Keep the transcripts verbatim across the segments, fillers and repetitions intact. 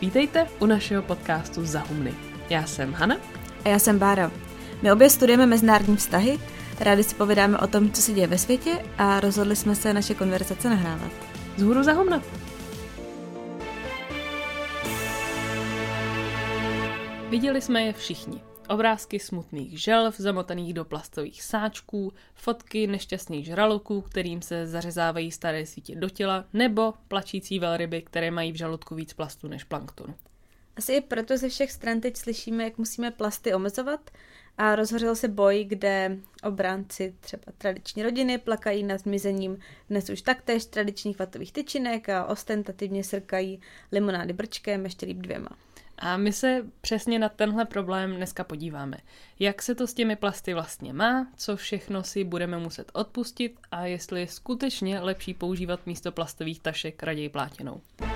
Vítejte u našeho podcastu Za humny. Já jsem Hana. A já jsem Bára. My obě studujeme mezinárodní vztahy, rádi si povídáme o tom, co se děje ve světě a rozhodli jsme se naše konverzace nahrávat. Vzhůru za humna. Viděli jsme je všichni. Obrázky smutných želv, zamotaných do plastových sáčků, fotky nešťastných žraloků, kterým se zařezávají staré sítě do těla, nebo plačící velryby, které mají v žaludku víc plastu než planktonu. Asi i proto ze všech stran teď slyšíme, jak musíme plasty omezovat a rozhořel se boj, kde obránci třeba tradiční rodiny plakají nad zmizením dnes už taktéž tradičních vatových tyčinek a ostentativně srkají limonády brčkem, ještě líp dvěma. A my se přesně na tenhle problém dneska podíváme. Jak se to s těmi plasty vlastně má, co všechno si budeme muset odpustit a jestli je skutečně lepší používat místo plastových tašek raději plátěnou.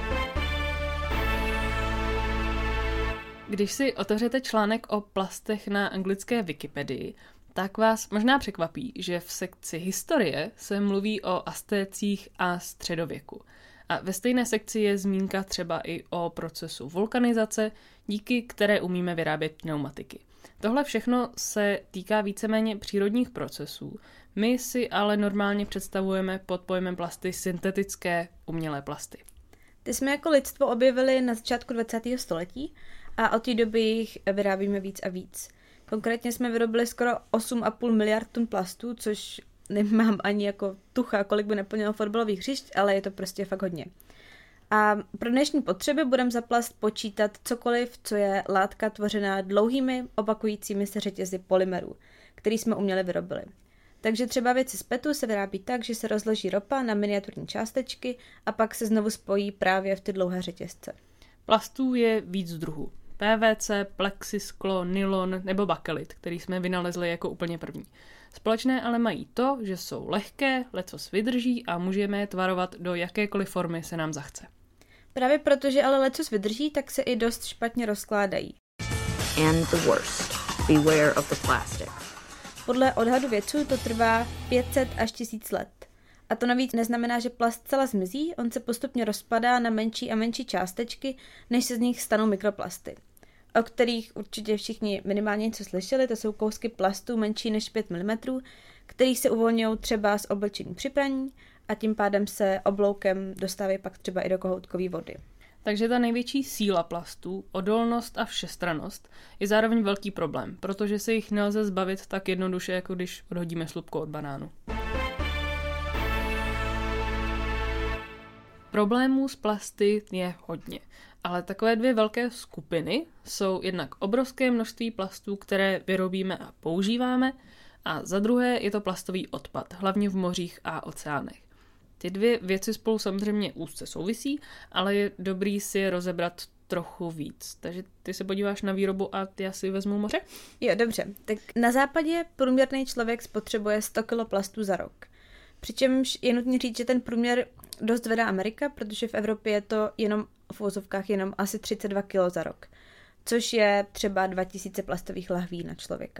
Když si otevřete článek o plastech na anglické Wikipedii, tak vás možná překvapí, že v sekci historie se mluví o Aztécích a středověku. A ve stejné sekci je zmínka třeba i o procesu vulkanizace, díky které umíme vyrábět pneumatiky. Tohle všechno se týká víceméně přírodních procesů. My si ale normálně představujeme pod pojmem plasty syntetické umělé plasty. Ty jsme jako lidstvo objevili na začátku dvacátého století a od té doby jich vyrábíme víc a víc. Konkrétně jsme vyrobili skoro osm a půl miliard tun plastů, což nemám ani jako tucha, kolik by naplnilo fotbalových hřišť, ale je to prostě fakt hodně. A pro dnešní potřeby budeme za plast počítat cokoliv, co je látka tvořená dlouhými, opakujícími se řetězy polymerů, který jsme uměle vyrobili. Takže třeba věci z petu se vyrábí tak, že se rozloží ropa na miniaturní částečky a pak se znovu spojí právě v ty dlouhé řetězce. Plastů je víc druhů. P V C, plexisklo, nylon nebo bakelit, který jsme vynalezli jako úplně první. Společné ale mají to, že jsou lehké, lecos vydrží a můžeme je tvarovat do jakékoliv formy se nám zachce. Právě protože ale lecos vydrží, tak se i dost špatně rozkládají. And the worst. Beware of the plastic. Podle odhadu vědců to trvá pět set až tisíc let. A to navíc neznamená, že plast celá zmizí, on se postupně rozpadá na menší a menší částečky, než se z nich stanou mikroplasty, o kterých určitě všichni minimálně něco slyšeli. To jsou kousky plastu menší než pět milimetrů, který se uvolňují třeba z oblečení při praní a tím pádem se obloukem dostávají pak třeba i do kohoutkové vody. Takže ta největší síla plastů, odolnost a všestrannost, je zároveň velký problém, protože se jich nelze zbavit tak jednoduše, jako když odhodíme slupku od banánu. Problémů s plasty je hodně, ale takové dvě velké skupiny jsou jednak obrovské množství plastů, které vyrobíme a používáme, a za druhé je to plastový odpad, hlavně v mořích a oceánech. Ty dvě věci spolu samozřejmě úzce souvisí, ale je dobrý si je rozebrat trochu víc. Takže ty se podíváš na výrobu a já si vezmu moře? Jo, dobře. Tak na západě průměrný člověk spotřebuje sto kilo plastů za rok. Přičemž je nutné říct, že ten průměr dost vedá Amerika, protože v Evropě je to jenom v uvozovkách jenom asi třicet dva kilo za rok, což je třeba dva tisíce plastových lahví na člověka.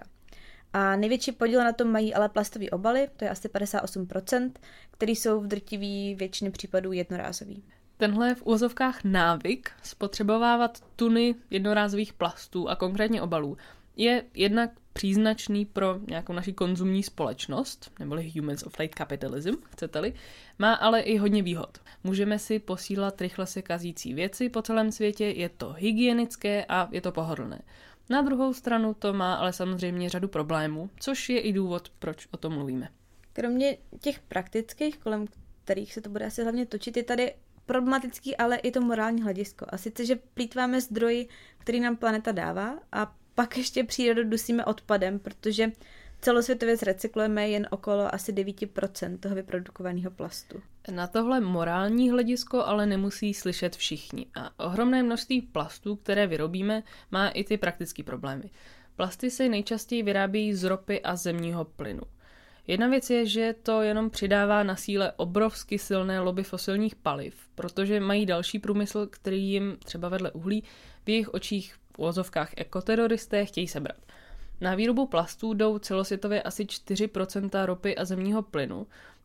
A největší podíl na tom mají ale plastové obaly, to je asi padesát osm procent, které jsou v drtivé většině případů jednorázový. Tenhle v uvozovkách návyk spotřebovávat tuny jednorázových plastů a konkrétně obalů je jednak příznačný pro nějakou naši konzumní společnost, neboli Humans of Late Capitalism, chcete-li, má ale i hodně výhod. Můžeme si posílat rychle se kazící věci po celém světě, je to hygienické a je to pohodlné. Na druhou stranu to má ale samozřejmě řadu problémů, což je i důvod, proč o tom mluvíme. Kromě těch praktických, kolem kterých se to bude asi hlavně točit, je tady problematický ale i to morální hledisko. A sice, že plýtváme zdroji, který nám planeta dává, a pak ještě přírodu dusíme odpadem, protože celosvětově zrecyklujeme jen okolo asi devět procent toho vyprodukovaného plastu. Na tohle morální hledisko ale nemusí slyšet všichni. A ohromné množství plastů, které vyrobíme, má i ty praktické problémy. Plasty se nejčastěji vyrábějí z ropy a zemního plynu. Jedna věc je, že to jenom přidává na síle obrovsky silné lobby fosilních paliv, protože mají další průmysl, který jim třeba vedle uhlí v jejich očích v uvozovkách ekoteroristé chtějí sebrat. Na výrobu plastů jdou celosvětově asi čtyři procenta ropy a zemního plynu,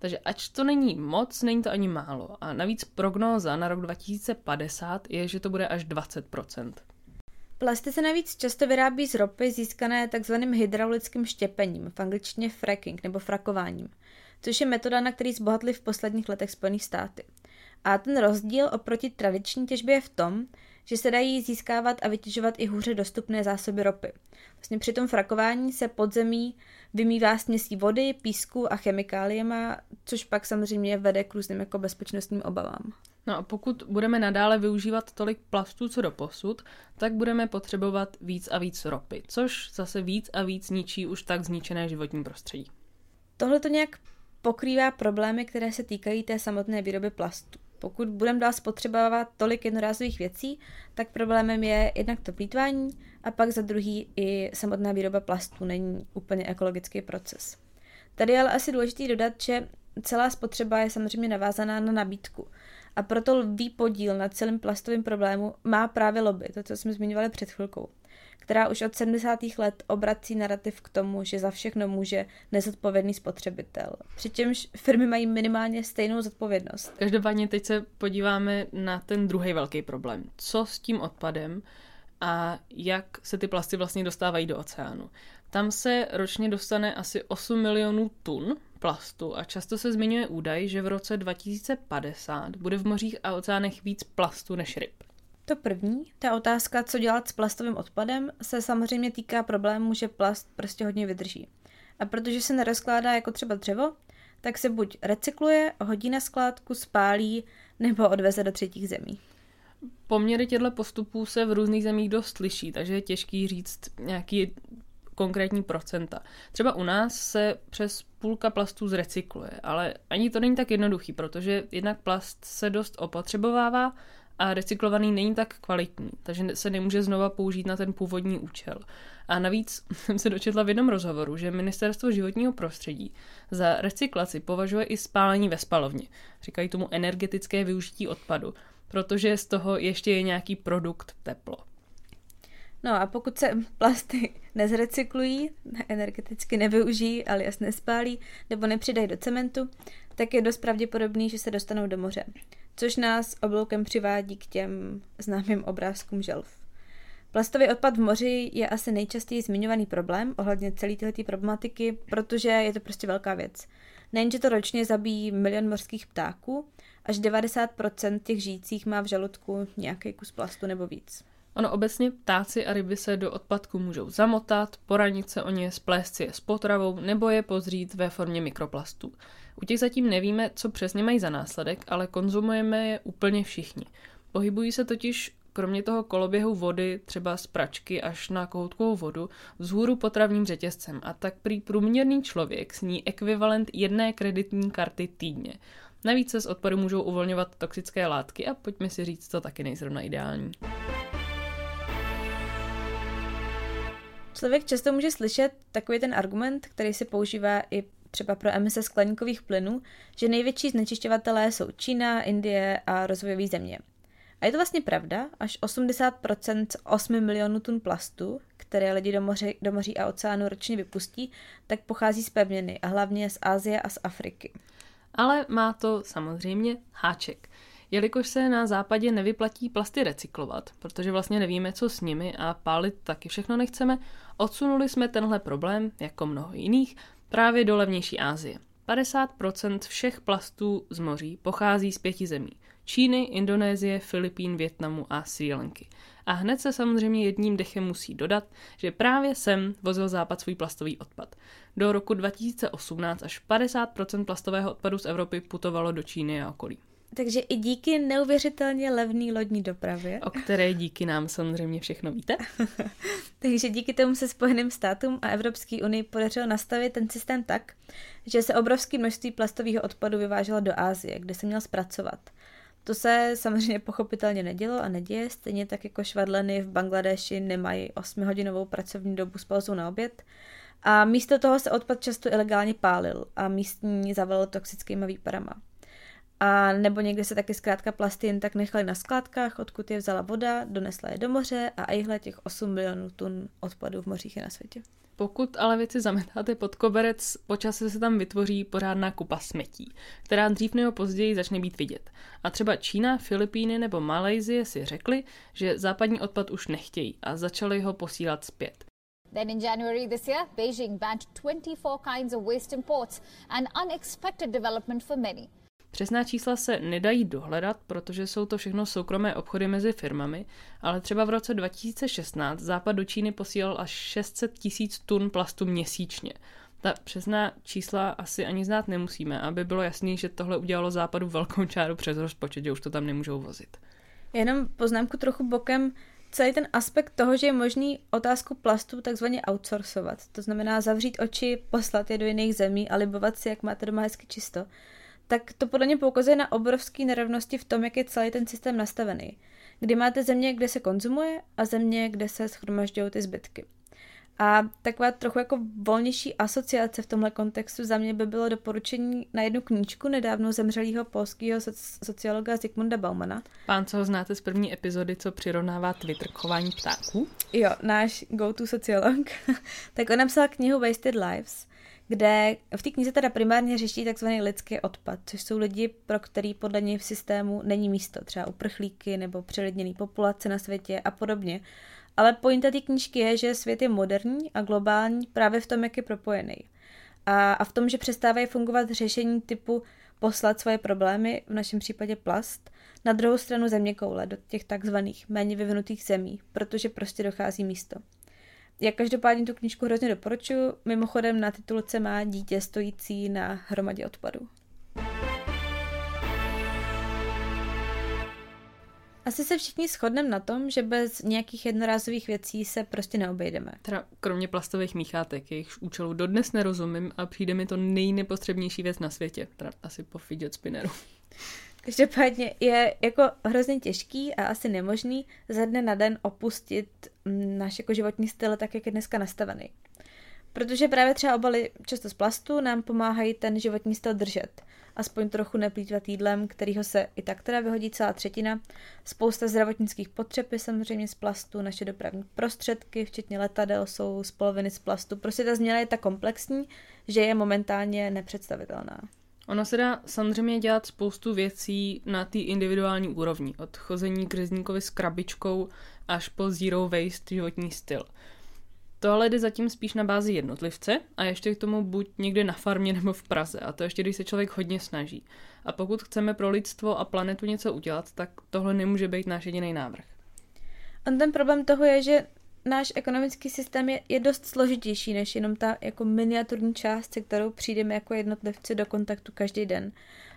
Takže ač to není moc, není to ani málo. A navíc prognóza na rok dva tisíce padesát je, že to bude až dvacet procent. Plasty se navíc často vyrábí z ropy získané takzvaným hydraulickým štěpením, v angličtině fracking nebo frakováním, což je metoda, na který zbohatly v posledních letech Spojené státy. A ten rozdíl oproti tradiční těžbě je v tom, že se dají získávat a vytěžovat i hůře dostupné zásoby ropy. Vlastně při tom frakování se pod zemí vymývá směsí vody, písku a chemikáliema, což pak samozřejmě vede k různým jako bezpečnostním obavám. No a pokud budeme nadále využívat tolik plastů co doposud, tak budeme potřebovat víc a víc ropy, což zase víc a víc ničí už tak zničené životní prostředí. Tohle to nějak pokrývá problémy, které se týkají té samotné výroby plastu. Pokud budeme dál spotřebovávat tolik jednorázových věcí, tak problémem je jednak to plýtvání a pak za druhý i samotná výroba plastů není úplně ekologický proces. Tady je ale asi důležité dodat, že celá spotřeba je samozřejmě navázaná na nabídku a proto lví podíl na celém plastovém problému má právě lobby, to, co jsme zmiňovali před chvilkou, která už od sedmdesátých let obrací narrativ k tomu, že za všechno může nezodpovědný spotřebitel. Přičemž firmy mají minimálně stejnou zodpovědnost. Každopádně teď se podíváme na ten druhý velký problém. Co s tím odpadem a jak se ty plasty vlastně dostávají do oceánu. Tam se ročně dostane asi osm milionů tun plastu a často se zmiňuje údaj, že v roce dva tisíce padesát bude v mořích a oceánech víc plastu než ryb. To první, ta otázka, co dělat s plastovým odpadem, se samozřejmě týká problému, že plast prostě hodně vydrží. A protože se nerozkládá jako třeba dřevo, tak se buď recykluje, hodí na skládku, spálí nebo odveze do třetích zemí. Poměry těchto postupů se v různých zemích dost liší, takže je těžký říct nějaký konkrétní procenta. Třeba u nás se přes půlka plastů zrecykluje, ale ani to není tak jednoduchý, protože jednak plast se dost opotřebovává a recyklovaný není tak kvalitní, takže se nemůže znova použít na ten původní účel. A navíc jsem se dočetla v jednom rozhovoru, že Ministerstvo životního prostředí za recyklaci považuje i spálení ve spalovně. Říkají tomu energetické využití odpadu, protože z toho ještě je nějaký produkt teplo. No a pokud se plasty nezrecyklují, energeticky nevyužijí, alias nespálí, nebo nepřidají do cementu, tak je dost pravděpodobný, že se dostanou do moře. Což nás obloukem přivádí k těm známým obrázkům želv. Plastový odpad v moři je asi nejčastěji zmiňovaný problém ohledně celé této problematiky, protože je to prostě velká věc. Nejenže to ročně zabíjí milion mořských ptáků, až devadesát procent těch žijících má v žaludku nějaký kus plastu nebo víc. Ono obecně ptáci a ryby se do odpadku můžou zamotat, poranit se o ně, splést si je s potravou nebo je pozřít ve formě mikroplastů. U těch zatím nevíme, co přesně mají za následek, ale konzumujeme je úplně všichni. Pohybují se totiž kromě toho koloběhu vody, třeba z pračky až na kohoutkovou vodu, vzhůru potravním řetězcem a tak prý průměrný člověk sní ekvivalent jedné kreditní karty týdně. Navíc se z odpadu můžou uvolňovat toxické látky a pojďme si říct, to taky nejzrovna ideální. Člověk často může slyšet takový ten argument, který se používá i třeba pro emise skleníkových plynů, že největší znečišťovatelé jsou Čína, Indie a rozvojové země. A je to vlastně pravda, až osmdesát procent z osmi milionů tun plastu, které lidi do, moři, do moří a oceánu ročně vypustí, tak pochází z pevniny a hlavně z Asie a z Afriky. Ale má to samozřejmě háček. Jelikož se na západě nevyplatí plasty recyklovat, protože vlastně nevíme, co s nimi a pálit taky všechno nechceme, odsunuli jsme tenhle problém, jako mnoho jiných, právě do levnější Asie. padesát procent všech plastů z moří pochází z pěti zemí. Číny, Indonésie, Filipín, Vietnamu a Srí Lanky. A hned se samozřejmě jedním dechem musí dodat, že právě sem vozil Západ svůj plastový odpad. Do roku dva tisíce osmnáct až padesát procent plastového odpadu z Evropy putovalo do Číny a okolí. Takže i díky neuvěřitelně levné lodní dopravě. O které díky nám samozřejmě všechno víte. Takže díky tomu se Spojeným státům a Evropské unii podařilo nastavit ten systém tak, že se obrovské množství plastového odpadu vyváželo do Asie, kde se měl zpracovat. To se samozřejmě pochopitelně nedělo a neděje, stejně tak jako švadleny v Bangladeši nemají osmihodinovou pracovní dobu s pauzou na oběd. A místo toho se odpad často ilegálně pálil a místní zavalil toxickýma výparama. A nebo někde se taky zkrátka plasty jen tak nechaly na skládkách, odkud je vzala voda, donesla je do moře a ihle těch osm milionů tun odpadů v mořích je na světě. Pokud ale věci zametáte pod koberec, po čase se tam vytvoří pořádná kupa smetí, která dřív nebo později začne být vidět. A třeba Čína, Filipíny nebo Malajsie si řekli, že západní odpad už nechtějí a začali ho posílat zpět. Then in January this year, Beijing banned twenty-four kinds of waste imports, an unexpected development for many. Přesná čísla se nedají dohledat, protože jsou to všechno soukromé obchody mezi firmami, ale třeba v roce dva tisíce šestnáct Západ do Číny posílal až šest set tisíc tun plastu měsíčně. Ta přesná čísla asi ani znát nemusíme, aby bylo jasný, že tohle udělalo Západu velkou čáru přes rozpočet, že už to tam nemůžou vozit. Jenom poznámku trochu bokem, celý ten aspekt toho, že je možný otázku plastu takzvaně outsourcovat. To znamená zavřít oči, poslat je do jiných zemí a libovat si, jak máte doma hezky čisto. Tak to podle mě poukazuje na obrovské nerovnosti v tom, jak je celý ten systém nastavený. Kdy máte země, kde se konzumuje a země, kde se shromažďují ty zbytky. A taková trochu jako volnější asociace v tomhle kontextu za mě by bylo doporučení na jednu knížku nedávno zemřelého polského soci- sociologa Zygmunta Baumana. Pán, co ho znáte z první epizody, co přirovnává Twitter k chování ptáků? Jo, náš go-to sociolog. Tak on napsal knihu Wasted Lives, kde v té knize teda primárně řeší takzvaný lidský odpad, což jsou lidi, pro který podle něj v systému není místo, třeba uprchlíky nebo přelidněný populace na světě a podobně. Ale pointa té knížky je, že svět je moderní a globální právě v tom, jak je propojený. A, a v tom, že přestávají fungovat řešení typu poslat svoje problémy, v našem případě plast, na druhou stranu zeměkoule, do těch takzvaných méně vyvinutých zemí, protože prostě dochází místo. Já každopádně tu knížku hrozně doporučuji, mimochodem na titulce má dítě stojící na hromadě odpadů. Asi se všichni shodneme na tom, že bez nějakých jednorázových věcí se prostě neobejdeme. Teda kromě plastových míchátek, jejichž účelu dodnes nerozumím a přijde mi to nejnepotřebnější věc na světě, teda asi po fidget spinneru. Každopádně je jako hrozně těžký a asi nemožný ze dne na den opustit náš jako životní styl tak, jak je dneska nastavený. Protože právě třeba obaly často z plastu nám pomáhají ten životní styl držet. Aspoň trochu neplýtvat jídlem, kterýho se i tak teda vyhodí celá třetina. Spousta zdravotnických potřeb je samozřejmě z plastu, naše dopravní prostředky, včetně letadel, jsou z poloviny z plastu. Prostě ta změna je tak komplexní, že je momentálně nepředstavitelná. Ono se dá samozřejmě dělat spoustu věcí na té individuální úrovni, od chození k řezníkovi s krabičkou až po zero waste životní styl. Tohle jde zatím spíš na bázi jednotlivce a ještě k tomu buď někde na farmě nebo v Praze, a to ještě když se člověk hodně snaží. A pokud chceme pro lidstvo a planetu něco udělat, tak tohle nemůže být náš jediný návrh. On ten problém toho je, že náš ekonomický systém je, je dost složitější než jenom ta jako miniaturní část, se kterou přijdeme jako jednotlivci do kontaktu každý den.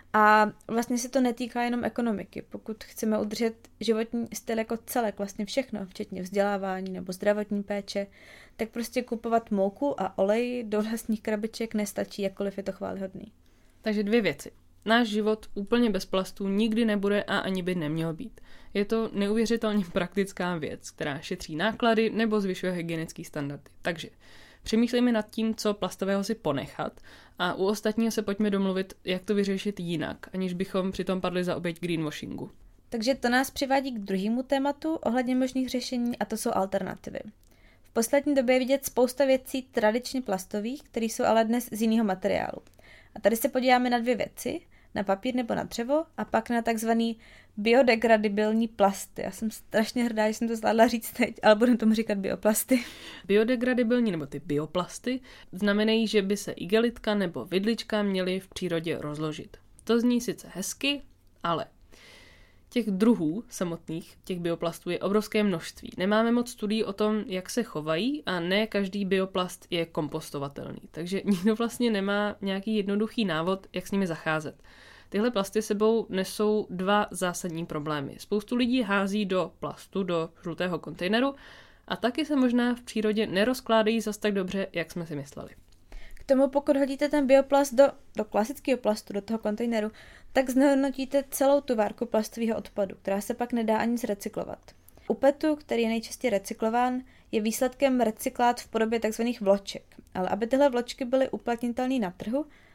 A vlastně se to netýká jenom ekonomiky. Pokud chceme udržet životní styl jako celek, vlastně všechno, včetně vzdělávání nebo zdravotní péče, tak prostě kupovat mouku a olej do vlastních krabiček nestačí, jakkoliv je to chvályhodný. Takže dvě věci. Náš život úplně bez plastů nikdy nebude a ani by neměl být. Je to neuvěřitelně praktická věc, která šetří náklady nebo zvyšuje hygienické standardy. Takže přemýšlejme nad tím, co plastového si ponechat, a u ostatního se pojďme domluvit, jak to vyřešit jinak, aniž bychom přitom padli za oběť greenwashingu. Takže to nás přivádí k druhému tématu ohledně možných řešení, a to jsou alternativy. V poslední době je vidět spousta věcí tradičně plastových, které jsou ale dnes z jiného materiálu. A tady se podíváme na dvě věci, na papír nebo na dřevo, a pak na takzvaný biodegradibilní plasty. Já jsem strašně hrdá, že jsem to zvládla říct teď, ale budu tomu říkat bioplasty. Biodegradibilní nebo ty bioplasty znamenají, že by se igelitka nebo vidlička měly v přírodě rozložit. To zní sice hezky, ale těch druhů samotných, těch bioplastů, je obrovské množství. Nemáme moc studií o tom, jak se chovají, a ne každý bioplast je kompostovatelný. Takže nikdo vlastně nemá nějaký jednoduchý návod, jak s nimi zacházet. Tyhle plasty sebou nesou dva zásadní problémy. Spoustu lidí hází do plastu, do žlutého kontejneru, a taky se možná v přírodě nerozkládají zas tak dobře, jak jsme si mysleli. K tomu, pokud hodíte ten bioplast do, do klasického plastu, do toho kontejneru, tak znehodnotíte celou tu várku plastového odpadu, která se pak nedá ani zrecyklovat. U petu, který je nejčastěji recyklován, je výsledkem recyklát v podobě tzv. Vloček. Ale aby tyhle vločky byly uplatnitelné na trhu,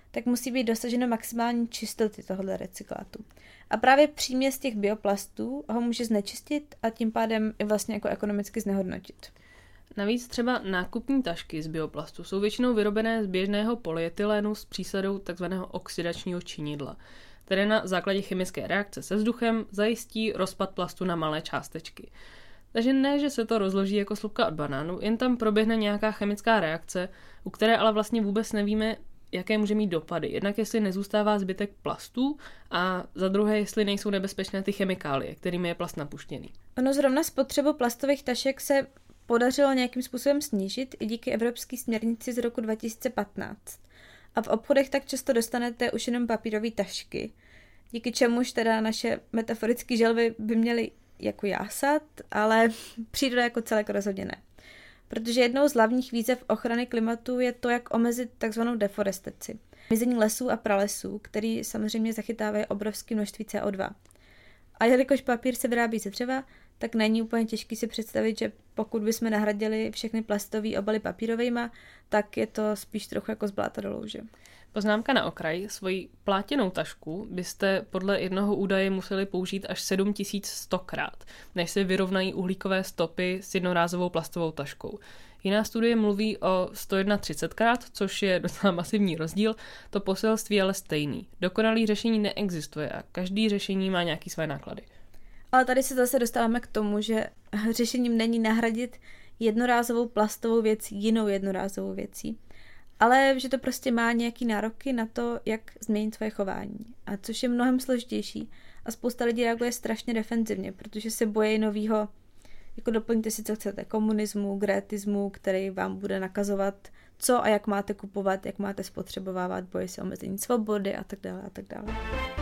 tak musí být dosaženo maximální čistoty tohoto recyklátu. A právě příměs těch bioplastů ho může znečistit a tím pádem i vlastně jako ekonomicky znehodnotit. Navíc třeba nákupní tašky z bioplastu jsou většinou vyrobené z běžného polyetylenu s přísadou tzv. Oxidačního činidla, které na základě chemické reakce se vzduchem zajistí rozpad plastu na malé částečky. Takže ne, že se to rozloží jako slupka od banánu, jen tam proběhne nějaká chemická reakce, u které ale vlastně vůbec nevíme, jaké může mít dopady. Jednak jestli nezůstává zbytek plastů a za druhé, jestli nejsou nebezpečné ty chemikálie, kterými je plast napuštěný. Ono zrovna spotřebu plastových tašek se podařilo nějakým způsobem snížit i díky evropské směrnici z roku dva tisíce patnáct. A v obchodech tak často dostanete už jenom papírové tašky, díky čemuž teda naše metaforické želvy by měly jako jásat, ale příroda jako celek rozhodně ne. Protože jednou z hlavních výzev ochrany klimatu je to, jak omezit takzvanou deforestaci. Mizení lesů a pralesů, který samozřejmě zachytávají obrovské množství C O dva. A jelikož papír se vyrábí ze dřeva, tak není úplně těžký si představit, že pokud bychom nahradili všechny plastové obaly papírovejma, tak je to spíš trochu jako z bláta do louže. Poznámka na okraj, svoji plátěnou tašku byste podle jednoho údaje museli použít až sedm tisíc sto krát, než se vyrovnají uhlíkové stopy s jednorázovou plastovou taškou. Jiná studie mluví o sto třicet jedna krát, což je docela masivní rozdíl, to poselství ale stejný. Dokonalý řešení neexistuje a každý řešení má nějaký své náklady. Ale tady se zase dostáváme k tomu, že řešením není nahradit jednorázovou plastovou věc jinou jednorázovou věcí, ale že to prostě má nějaký nároky na to, jak změnit svoje chování. A což je mnohem složitější a spousta lidí reaguje strašně defenzivně, protože se bojí novýho, jako doplňte si, co chcete, komunismu, gretismu, který vám bude nakazovat, co a jak máte kupovat, jak máte spotřebovávat, bojí se omezení svobody a tak dále a tak dále.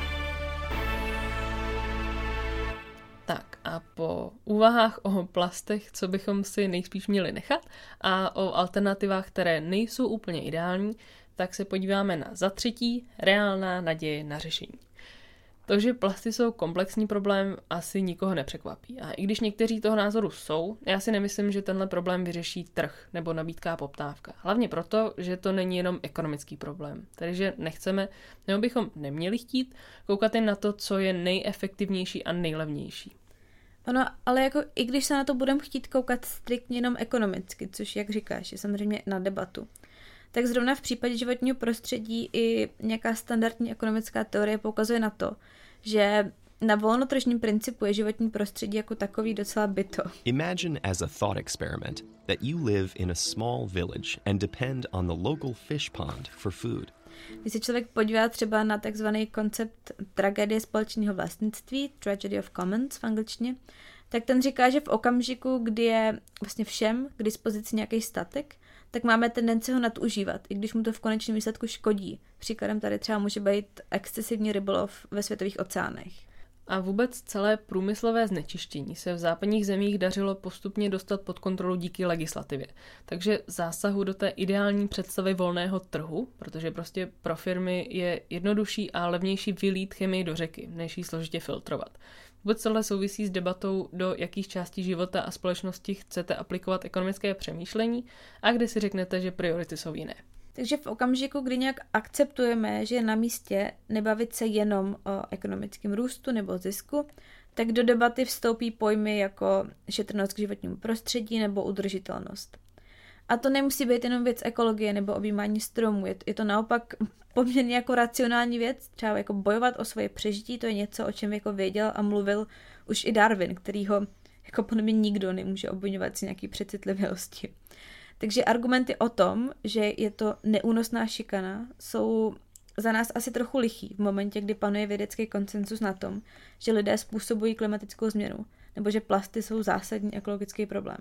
Tak a po úvahách o plastech, co bychom si nejspíš měli nechat a o alternativách, které nejsou úplně ideální, tak se podíváme na za třetí reálná naděje na řešení. To, že plasty jsou komplexní problém, asi nikoho nepřekvapí. A i když někteří toho názoru jsou, já si nemyslím, že tenhle problém vyřeší trh nebo nabídka a poptávka. Hlavně proto, že to není jenom ekonomický problém. Tedy, že nechceme, nebo bychom neměli chtít koukat jen na to, co je nejefektivnější a nejlevnější. Ono, ale jako i když se na to budeme chtít koukat striktně jenom ekonomicky, což, jak říkáš, je samozřejmě na debatu, tak zrovna v případě životního prostředí i nějaká standardní ekonomická teorie poukazuje na to, že na volnotržním principu je životní prostředí jako takový docela byto. Imagine as a thought experiment that you live in a small village and depend on the local fish pond for food. Když se člověk podívá třeba na takzvaný koncept tragédie společného vlastnictví, Tragedy of Commons v angličtině, tak ten říká, že v okamžiku, kdy je vlastně všem k dispozici nějaký statek, tak máme tendenci ho nadužívat, i když mu to v konečném výsledku škodí. Příkladem tady třeba může být excesivní rybolov ve světových oceánech. A vůbec celé průmyslové znečištění se v západních zemích dařilo postupně dostat pod kontrolu díky legislativě. Takže zásahu do té ideální představy volného trhu, protože prostě pro firmy je jednodušší a levnější vylít chemii do řeky, než ji složitě filtrovat. Vůbec celé souvisí s debatou, do jakých částí života a společnosti chcete aplikovat ekonomické přemýšlení a kde si řeknete, že priority jsou jiné. Takže v okamžiku, kdy nějak akceptujeme, že je na místě nebavit se jenom o ekonomickém růstu nebo zisku, tak do debaty vstoupí pojmy jako šetrnost k životnímu prostředí nebo udržitelnost. A to nemusí být jenom věc ekologie nebo objímání stromů, je to naopak poměrně jako racionální věc, třeba jako bojovat o svoje přežití, to je něco, o čem jako věděl a mluvil už i Darwin, kterýho jako podle mě nikdo nemůže obviňovat z nějaký přecitlivělosti. Takže argumenty o tom, že je to neúnosná šikana, jsou za nás asi trochu lichý v momentě, kdy panuje vědecký konsenzus na tom, že lidé způsobují klimatickou změnu, nebo že plasty jsou zásadní ekologický problém.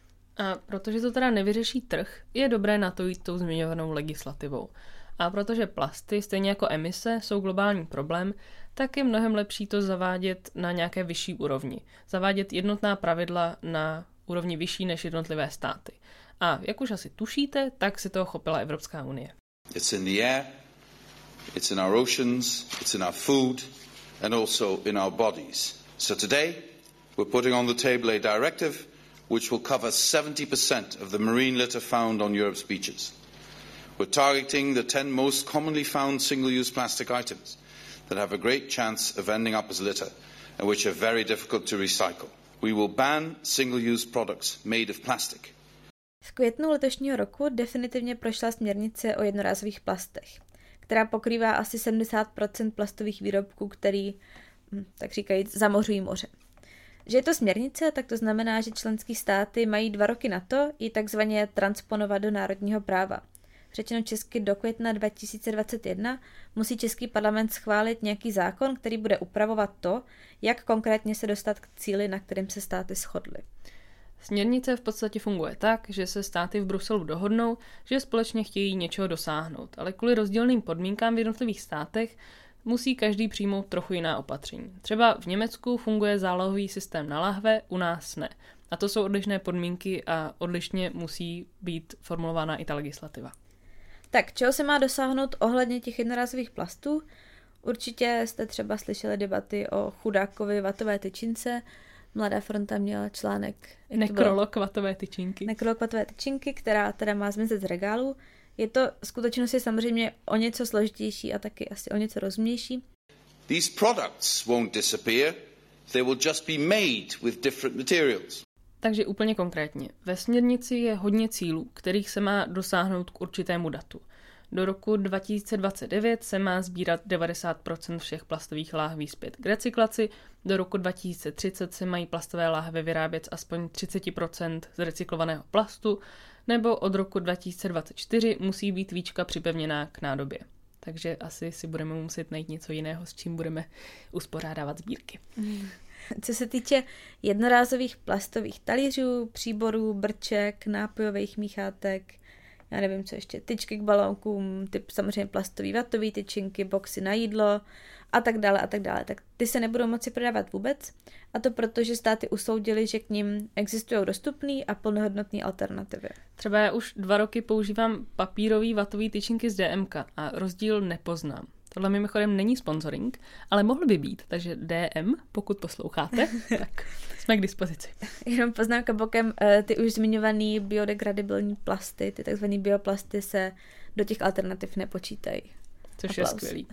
A protože to teda nevyřeší trh, je dobré na to jít tou zmiňovanou legislativou. A protože plasty, stejně jako emise, jsou globální problém, tak je mnohem lepší to zavádět na nějaké vyšší úrovni. Zavádět jednotná pravidla na úrovni vyšší než jednotlivé státy. A jak už asi tušíte, tak si toho chopila Evropská unie. It's in the air, it's in our oceans, it's in our food and also in our bodies. So today we're putting on the table a directive which will cover seventy percent of the marine litter found on Europe's beaches. We're targeting the ten most commonly found single-use plastic items that have a great chance of ending up as litter and which are very difficult to recycle. We will ban single-use products made of plastic. V květnu letošního roku definitivně prošla směrnice o jednorázových plastech, která pokrývá asi sedmdesát procent plastových výrobků, který, tak říkajíc, zamořují moře. Že je to směrnice, tak to znamená, že členské státy mají dva roky na to ji takzvaně transponovat do národního práva. Řečeno česky, do května dva tisíce dvacet jedna musí český parlament schválit nějaký zákon, který bude upravovat to, jak konkrétně se dostat k cíli, na kterým se státy shodly. Směrnice v podstatě funguje tak, že se státy v Bruselu dohodnou, že společně chtějí něčeho dosáhnout, ale kvůli rozdílným podmínkám v jednotlivých státech musí každý přijmout trochu jiná opatření. Třeba v Německu funguje zálohový systém na lahve, u nás ne. A to jsou odlišné podmínky a odlišně musí být formulována i ta legislativa. Tak, čeho se má dosáhnout ohledně těch jednorázových plastů? Určitě jste třeba slyšeli debaty o chudákovi vatové tyčince. Mladá fronta měla článek... Nekrolog vatové tyčinky. Nekrolog vatové tyčinky, která teda má zmizet z regálu. Je to skutečnosti samozřejmě o něco složitější a taky asi o něco rozumnější. These products won't disappear. They will just be made with different materials. Takže úplně konkrétně. Ve směrnici je hodně cílů, kterých se má dosáhnout k určitému datu. Do roku dva tisíce dvacet devět se má sbírat devadesát procent všech plastových láhví zpět k recyklaci, do roku dva tisíce třicet se mají plastové láhve vyrábět z aspoň třicet procent z recyklovaného plastu, nebo od roku dva tisíce dvacet čtyři musí být víčka připevněná k nádobě. Takže asi si budeme muset najít něco jiného, s čím budeme uspořádávat sbírky. Co se týče jednorázových plastových talířů, příborů, brček, nápojových míchátek, já nevím, co ještě, tyčky k balónkům, typ samozřejmě plastový vatový tyčinky, boxy na jídlo a tak dále a tak dále. Tak ty se nebudou moci prodávat vůbec, a to proto, že státy usoudily, že k nim existují dostupné a plnohodnotné alternativy. Třeba já už dva roky používám papírový vatový tyčinky z D M K a rozdíl nepoznám. Tohle mimochodem není sponsoring, ale mohl by být, takže D M, pokud posloucháte, tak jsme k dispozici. Jenom poznámka bokem, ty už zmiňovaný biodegradabilní plasty, ty takzvané bioplasty se do těch alternativ nepočítají. Což Aplaus. je skvělý.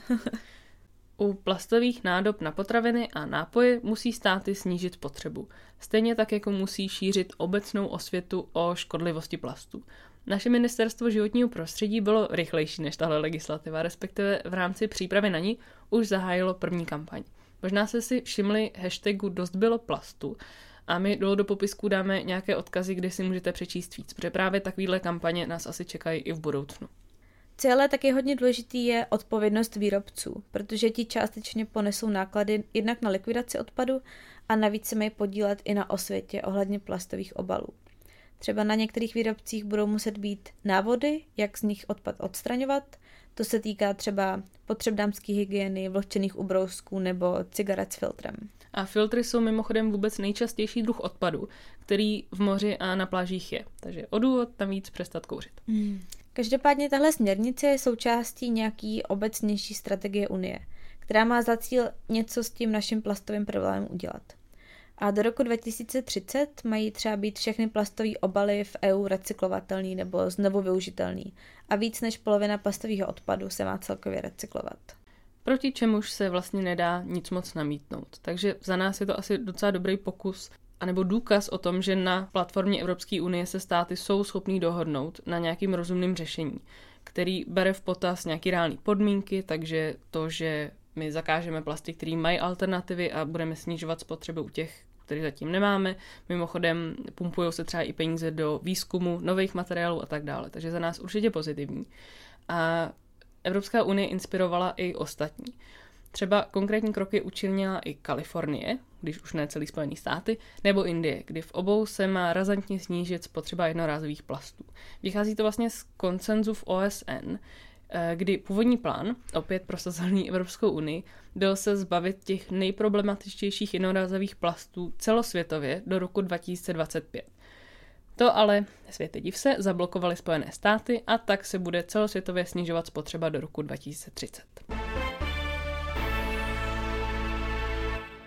U plastových nádob na potraviny a nápoje musí státy snížit spotřebu. Stejně tak, jako musí šířit obecnou osvětu o škodlivosti plastů. Naše ministerstvo životního prostředí bylo rychlejší než tahle legislativa, respektive v rámci přípravy na ní už zahájilo první kampaň. Možná jste si všimli hashtagu Dost bylo plastu a my dolů do popisku dáme nějaké odkazy, kde si můžete přečíst víc, protože právě takovýhle kampaně nás asi čekají i v budoucnu. Co ale taky hodně důležitý je odpovědnost výrobců, protože ti částečně ponesou náklady jednak na likvidaci odpadu a navíc se mají podílet i na osvětě ohledně plastových obalů. Třeba na některých výrobcích budou muset být návody, jak z nich odpad odstraňovat. To se týká třeba potřeb dámské hygieny, vlhčených ubrousků nebo cigaret s filtrem. A filtry jsou mimochodem vůbec nejčastější druh odpadu, který v moři a na plážích je. Takže o důvod tam víc přestat kouřit. Hmm. Každopádně tahle směrnice je součástí nějaký obecnější strategie Unie, která má za cíl něco s tím naším plastovým problémem udělat. A do roku dva tisíce třicet mají třeba být všechny plastové obaly v E U recyklovatelný nebo znovu využitelný. A víc než polovina plastového odpadu se má celkově recyklovat. Proti čemuž se vlastně nedá nic moc namítnout. Takže za nás je to asi docela dobrý pokus, anebo důkaz o tom, že na platformě Evropské unie se státy jsou schopný dohodnout na nějakým rozumným řešení, který bere v potaz nějaký reální podmínky, takže to, že my zakážeme plasty, které mají alternativy a budeme snižovat spotřebu u těch, které zatím nemáme. Mimochodem pumpují se třeba i peníze do výzkumu nových materiálů a tak dále, takže za nás určitě pozitivní. A Evropská unie inspirovala i ostatní. Třeba konkrétní kroky učinila i Kalifornie, když už ne celý Spojený státy, nebo Indie, kdy v obou se má razantně snížit spotřeba jednorázových plastů. Vychází to vlastně z konsenzu v O S N, kdy původní plán, opět prosazený Evropskou unii, byl se zbavit těch nejproblematičtějších jednorázových plastů celosvětově do roku dva tisíce dvacet pět. To ale, světe div se, zablokovaly Spojené státy a tak se bude celosvětově snižovat spotřeba do roku dva tisíce třicet.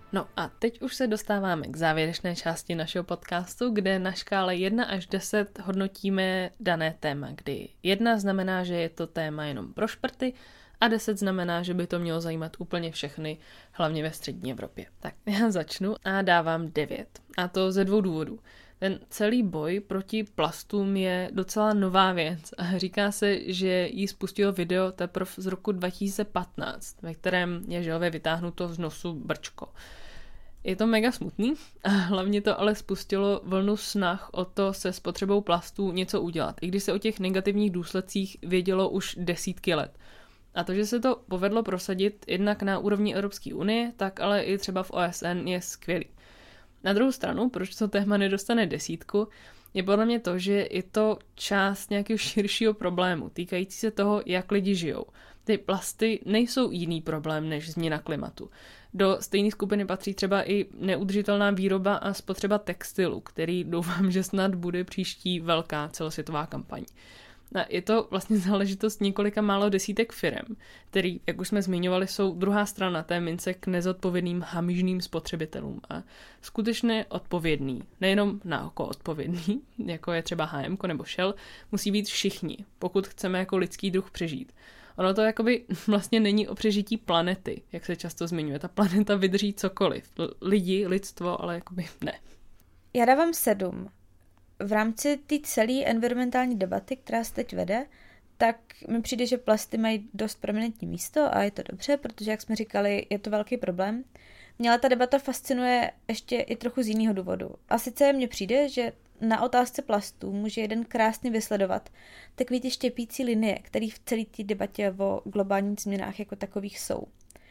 No a teď už se dostáváme k závěrečné části našeho podcastu, kde na škále jedna až deset hodnotíme dané téma, kdy jedna znamená, že je to téma jenom pro šprty a deset znamená, že by to mělo zajímat úplně všechny, hlavně ve střední Evropě. Tak já začnu a dávám devět. A to ze dvou důvodů. Ten celý boj proti plastům je docela nová věc a říká se, že jí spustilo video teprve z roku dva tisíce patnáct, ve kterém je želvě vytáhnuto z nosu brčko. Je to mega smutný a hlavně to ale spustilo vlnu snah o to se spotřebou plastů něco udělat, i když se o těch negativních důsledcích vědělo už desítky let. A to, že se to povedlo prosadit jednak na úrovni Evropské unie, tak ale i třeba v O S N je skvělý. Na druhou stranu, proč to téma nedostane desítku, je podle mě to, že je to část nějakého širšího problému, týkající se toho, jak lidi žijou. Ty plasty nejsou jiný problém než změna klimatu. Do stejné skupiny patří třeba i neudržitelná výroba a spotřeba textilu, který doufám, že snad bude příští velká celosvětová kampaň. A je to vlastně záležitost několika málo desítek firem, který, jak už jsme zmiňovali, jsou druhá strana té mince k nezodpovědným hamižným spotřebitelům. A skutečně odpovědný, nejenom na oko odpovědný, jako je třeba H M nebo Shell, musí být všichni, pokud chceme jako lidský druh přežít. Ono to jakoby vlastně není o přežití planety, jak se často zmiňuje. Ta planeta vydrží cokoliv. Lidi, lidstvo, ale jakoby ne. Já dávám sedm. V rámci té celé environmentální debaty, která se teď vede, tak mi přijde, že plasty mají dost prominentní místo a je to dobře, protože, jak jsme říkali, je to velký problém. Mě ale ta debata fascinuje ještě i trochu z jiného důvodu. A sice mně přijde, že na otázce plastů může jeden krásně vysledovat takový ty štěpící linie, které v celé té debatě o globálních změnách jako takových jsou.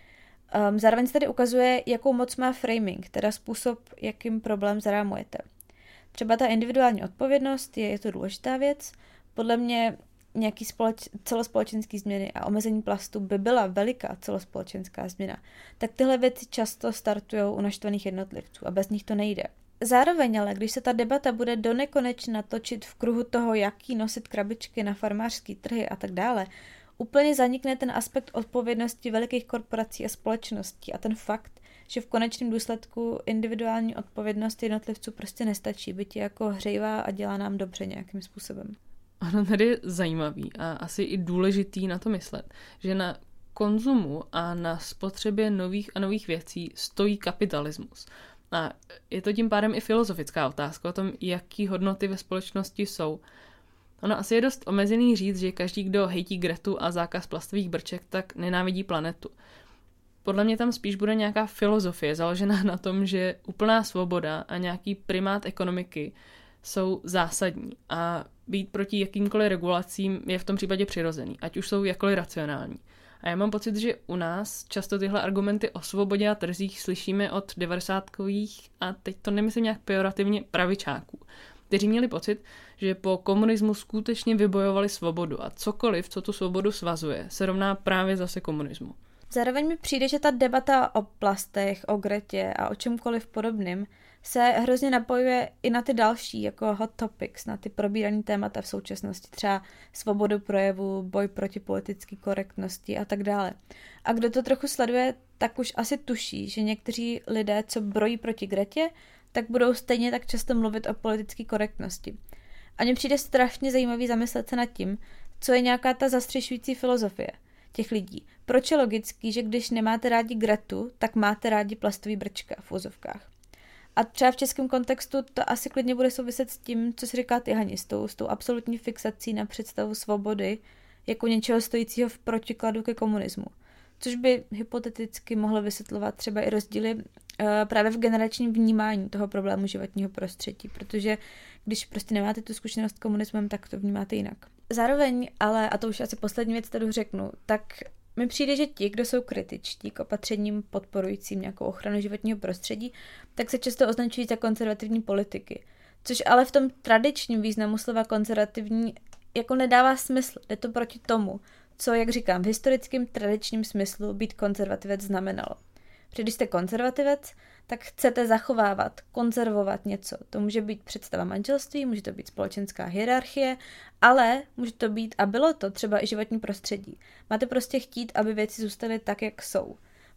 Um, zároveň se tady ukazuje, jakou moc má framing, teda způsob, jakým problém zarámujete. Třeba ta individuální odpovědnost je, je to důležitá věc. Podle mě nějaký společ, celospolečenský změny a omezení plastu by byla veliká celospolečenská změna. Tak tyhle věci často startují u naštvaných jednotlivců a bez nich to nejde. Zároveň ale, když se ta debata bude donekonečna točit v kruhu toho, jaký nosit krabičky na farmářský trhy a tak dále, úplně zanikne ten aspekt odpovědnosti velikých korporací a společností a ten fakt, že v konečném důsledku individuální odpovědnost jednotlivců prostě nestačí, byť je jako hřejivá a dělá nám dobře nějakým způsobem. Ono tady je zajímavý a asi i důležitý na to myslet, že na konzumu a na spotřebě nových a nových věcí stojí kapitalismus. A je to tím pádem i filozofická otázka o tom, jaký hodnoty ve společnosti jsou. Ono asi je dost omezený říct, že každý, kdo hejtí Gretu a zákaz plastových brček, tak nenávidí planetu. Podle mě tam spíš bude nějaká filozofie založená na tom, že úplná svoboda a nějaký primát ekonomiky jsou zásadní a být proti jakýmkoliv regulacím je v tom případě přirozený, ať už jsou jakkoliv racionální. A já mám pocit, že u nás často tyhle argumenty o svobodě a trzích slyšíme od devadesátkových a teď to nemyslím nějak pejorativně pravičáků, kteří měli pocit, že po komunismu skutečně vybojovali svobodu a cokoliv, co tu svobodu svazuje, se rovná právě zase komunismu. Zároveň mi přijde, že ta debata o plastech, o Gretě a o čemkoliv podobným se hrozně napojuje i na ty další, jako hot topics, na ty probírané témata v současnosti, třeba svobodu projevu, boj proti politické korektnosti a tak dále. A kdo to trochu sleduje, tak už asi tuší, že někteří lidé, co brojí proti Gretě, tak budou stejně tak často mluvit o politické korektnosti. A mně přijde strašně zajímavý zamyslet se nad tím, co je nějaká ta zastřešující filozofie těch lidí. Proč je logický, že když nemáte rádi Gretu, tak máte rádi plastový brčka v úzovkách. A třeba v českém kontextu to asi klidně bude souviset s tím, co si říká ty Hani, s tou, s tou absolutní fixací na představu svobody jako něčeho stojícího v protikladu ke komunismu. Což by hypoteticky mohlo vysvětlovat třeba i rozdíly uh, právě v generačním vnímání toho problému životního prostředí, protože když prostě nemáte tu zkušenost s komunismem, tak to vnímáte jinak. Zároveň, ale, a to už asi poslední věc tady řeknu, tak mi přijde, že ti, kdo jsou kritičtí k opatřením podporujícím nějakou ochranu životního prostředí, tak se často označují za konzervativní politiky. Což ale v tom tradičním významu slova konzervativní jako nedává smysl. Jde to proti tomu, co, jak říkám, v historickém tradičním smyslu být konzervativec znamenalo. Protože když jste konzervativec, tak chcete zachovávat, konzervovat něco. To může být představa manželství, může to být společenská hierarchie, ale může to být, a bylo to třeba i životní prostředí. Máte prostě chtít, aby věci zůstaly tak, jak jsou.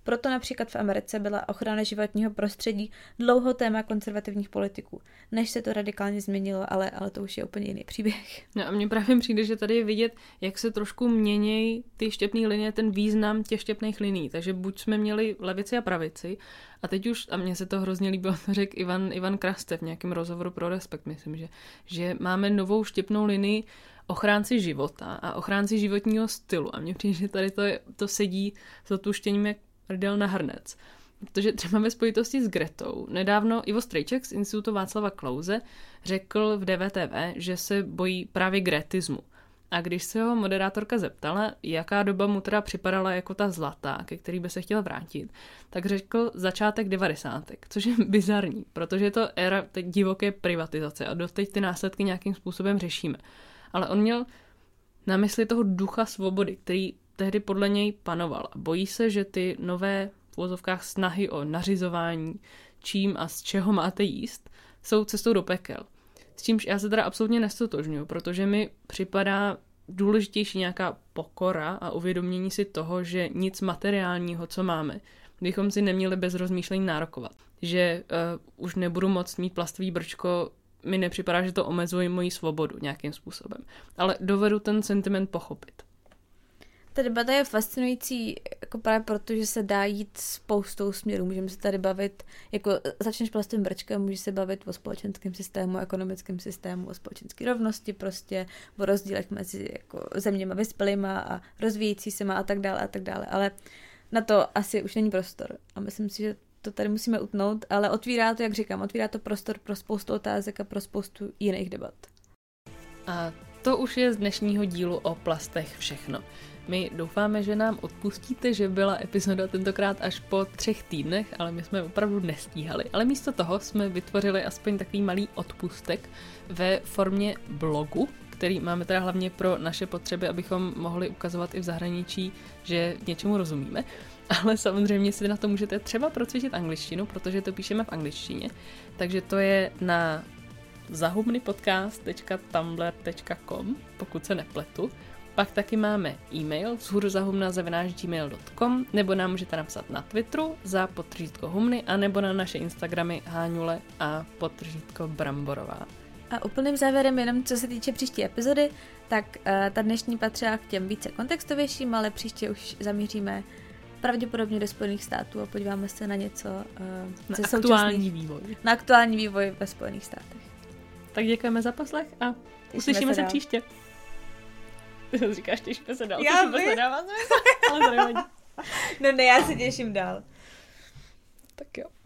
Proto například v Americe byla ochrana životního prostředí dlouho téma konzervativních politiků, než se to radikálně změnilo, ale, ale to už je úplně jiný příběh. No a mně právě přijde, že tady je vidět, jak se trošku měnějí ty štěpné linie, ten význam těch štěpných linií. Takže buď jsme měli levici a pravici, a teď už, a mně se to hrozně líbilo, to řekl Ivan, Ivan Krastev v nějakém rozhovoru pro Respekt, myslím, že, že máme novou štěpnou linii ochránci života a ochránci životního stylu. A mně přijde, že tady to, je, to sedí s odpuštěním jak rdel na hrnec. Protože třeba ve spojitosti s Gretou nedávno Ivo Strejček z Institutu Václava Klause řekl v D V T V, že se bojí právě gretismu. A když se ho moderátorka zeptala, jaká doba mu teda připadala jako ta zlatá, ke který by se chtěl vrátit, tak řekl začátek devadesátek, což je bizarní, protože je to éra teď divoké privatizace a doteď ty následky nějakým způsobem řešíme. Ale on měl na mysli toho ducha svobody, který tehdy podle něj panoval. A bojí se, že ty nové v uvozovkách snahy o nařizování, čím a z čeho máte jíst, jsou cestou do pekel. S čímž já se teda absolutně nestotožňuji, protože mi připadá důležitější nějaká pokora a uvědomění si toho, že nic materiálního, co máme, bychom si neměli bez rozmýšlení nárokovat. Že uh, už nebudu moct mít plastový brčko, mi nepřipadá, že to omezuje moji svobodu nějakým způsobem. Ale dovedu ten sentiment pochopit. Ta debata je fascinující jako právě proto, že se dá jít spoustou směrů. Můžeme se tady bavit, jako začneš plastovým brčkem, můžeš se bavit o společenském systému, ekonomickém systému, o společenské rovnosti, prostě o rozdílech mezi jako zeměma vyspělýma a rozvíjející se a tak dále a tak dále. Ale na to asi už není prostor. A myslím si, že to tady musíme utnout, ale otvírá to, jak říkám, otvírá to prostor pro spoustu otázek a pro spoustu jiných debat. A to už je z dnešního dílu o plastech všechno. My doufáme, že nám odpustíte, že byla epizoda tentokrát až po třech týdnech, ale my jsme opravdu nestíhali. Ale místo toho jsme vytvořili aspoň takový malý odpustek ve formě blogu, který máme teda hlavně pro naše potřeby, abychom mohli ukazovat i v zahraničí, že něčemu rozumíme. Ale samozřejmě si na to můžete třeba procvičit angličtinu, protože to píšeme v angličtině. Takže to je na zahubnypodcast tečka tumblr tečka com, pokud se nepletu. Pak taky máme e-mail vzhůruzahumna zavináč gmail tečka com, nebo nám můžete napsat na Twitteru za podtržítko humny, anebo na naše Instagramy Háňule a podtržítko Bramborová. A úplným závěrem, jenom co se týče příští epizody, tak uh, ta dnešní patřila k těm více kontextovějším, ale příště už zamíříme pravděpodobně do Spojených států a podíváme se na něco uh, na ze aktuální vývoj. Na aktuální vývoj ve Spojených státech. Tak děkujeme za poslech a uslyšíme se, se příště. Ty říkáš, těšíme se dál. Já vím. Se dává, ale to nevadí. No ne, já se těším dál. Tak jo.